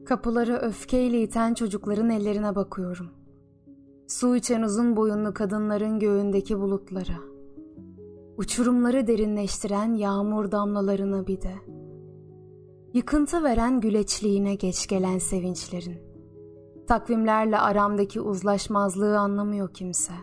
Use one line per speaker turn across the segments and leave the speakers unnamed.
Kapıları öfkeyle iten çocukların ellerine bakıyorum. Su içen uzun boyunlu kadınların göğündeki bulutlara. Uçurumları derinleştiren yağmur damlalarına bir de. Yıkıntı veren güleçliğine geç gelen sevinçlerin. Takvimlerle aramdaki uzlaşmazlığı anlamıyor kimse.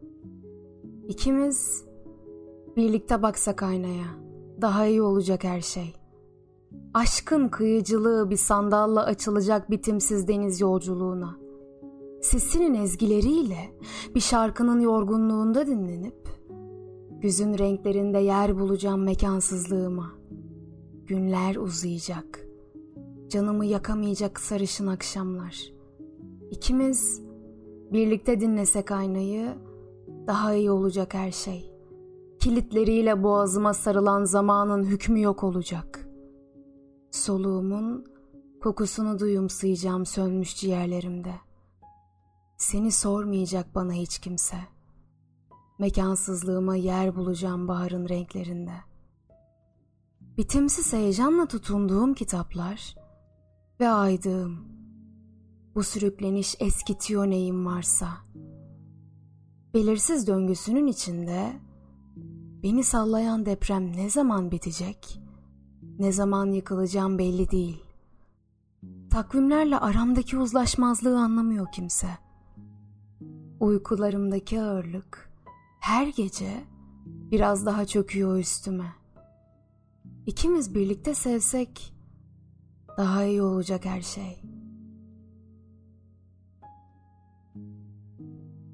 İkimiz birlikte baksak aynaya, daha iyi olacak her şey. Aşkın kıyıcılığı bir sandalla açılacak bitimsiz deniz yolculuğuna. Sesinin ezgileriyle bir şarkının yorgunluğunda dinlenip, güzün renklerinde yer bulacağım mekansızlığıma. Günler uzayacak, canımı yakamayacak sarışın akşamlar. İkimiz birlikte dinlesek aynayı, daha iyi olacak her şey. Kilitleriyle boğazıma sarılan zamanın hükmü yok olacak. Soluğumun kokusunu duyumsayacağım sönmüş ciğerlerimde. Seni sormayacak bana hiç kimse. Mekansızlığıma yer bulacağım baharın renklerinde. Bitimsiz heyecanla tutunduğum kitaplar ve aydığım. Bu sürükleniş eskitiyor neyim varsa. Belirsiz döngüsünün içinde beni sallayan deprem ne zaman bitecek, ne zaman yıkılacağım belli değil. Takvimlerle aramdaki uzlaşmazlığı anlamıyor kimse. Uykularımdaki ağırlık her gece biraz daha çöküyor üstüme. İkimiz birlikte sevsek daha iyi olacak her şey.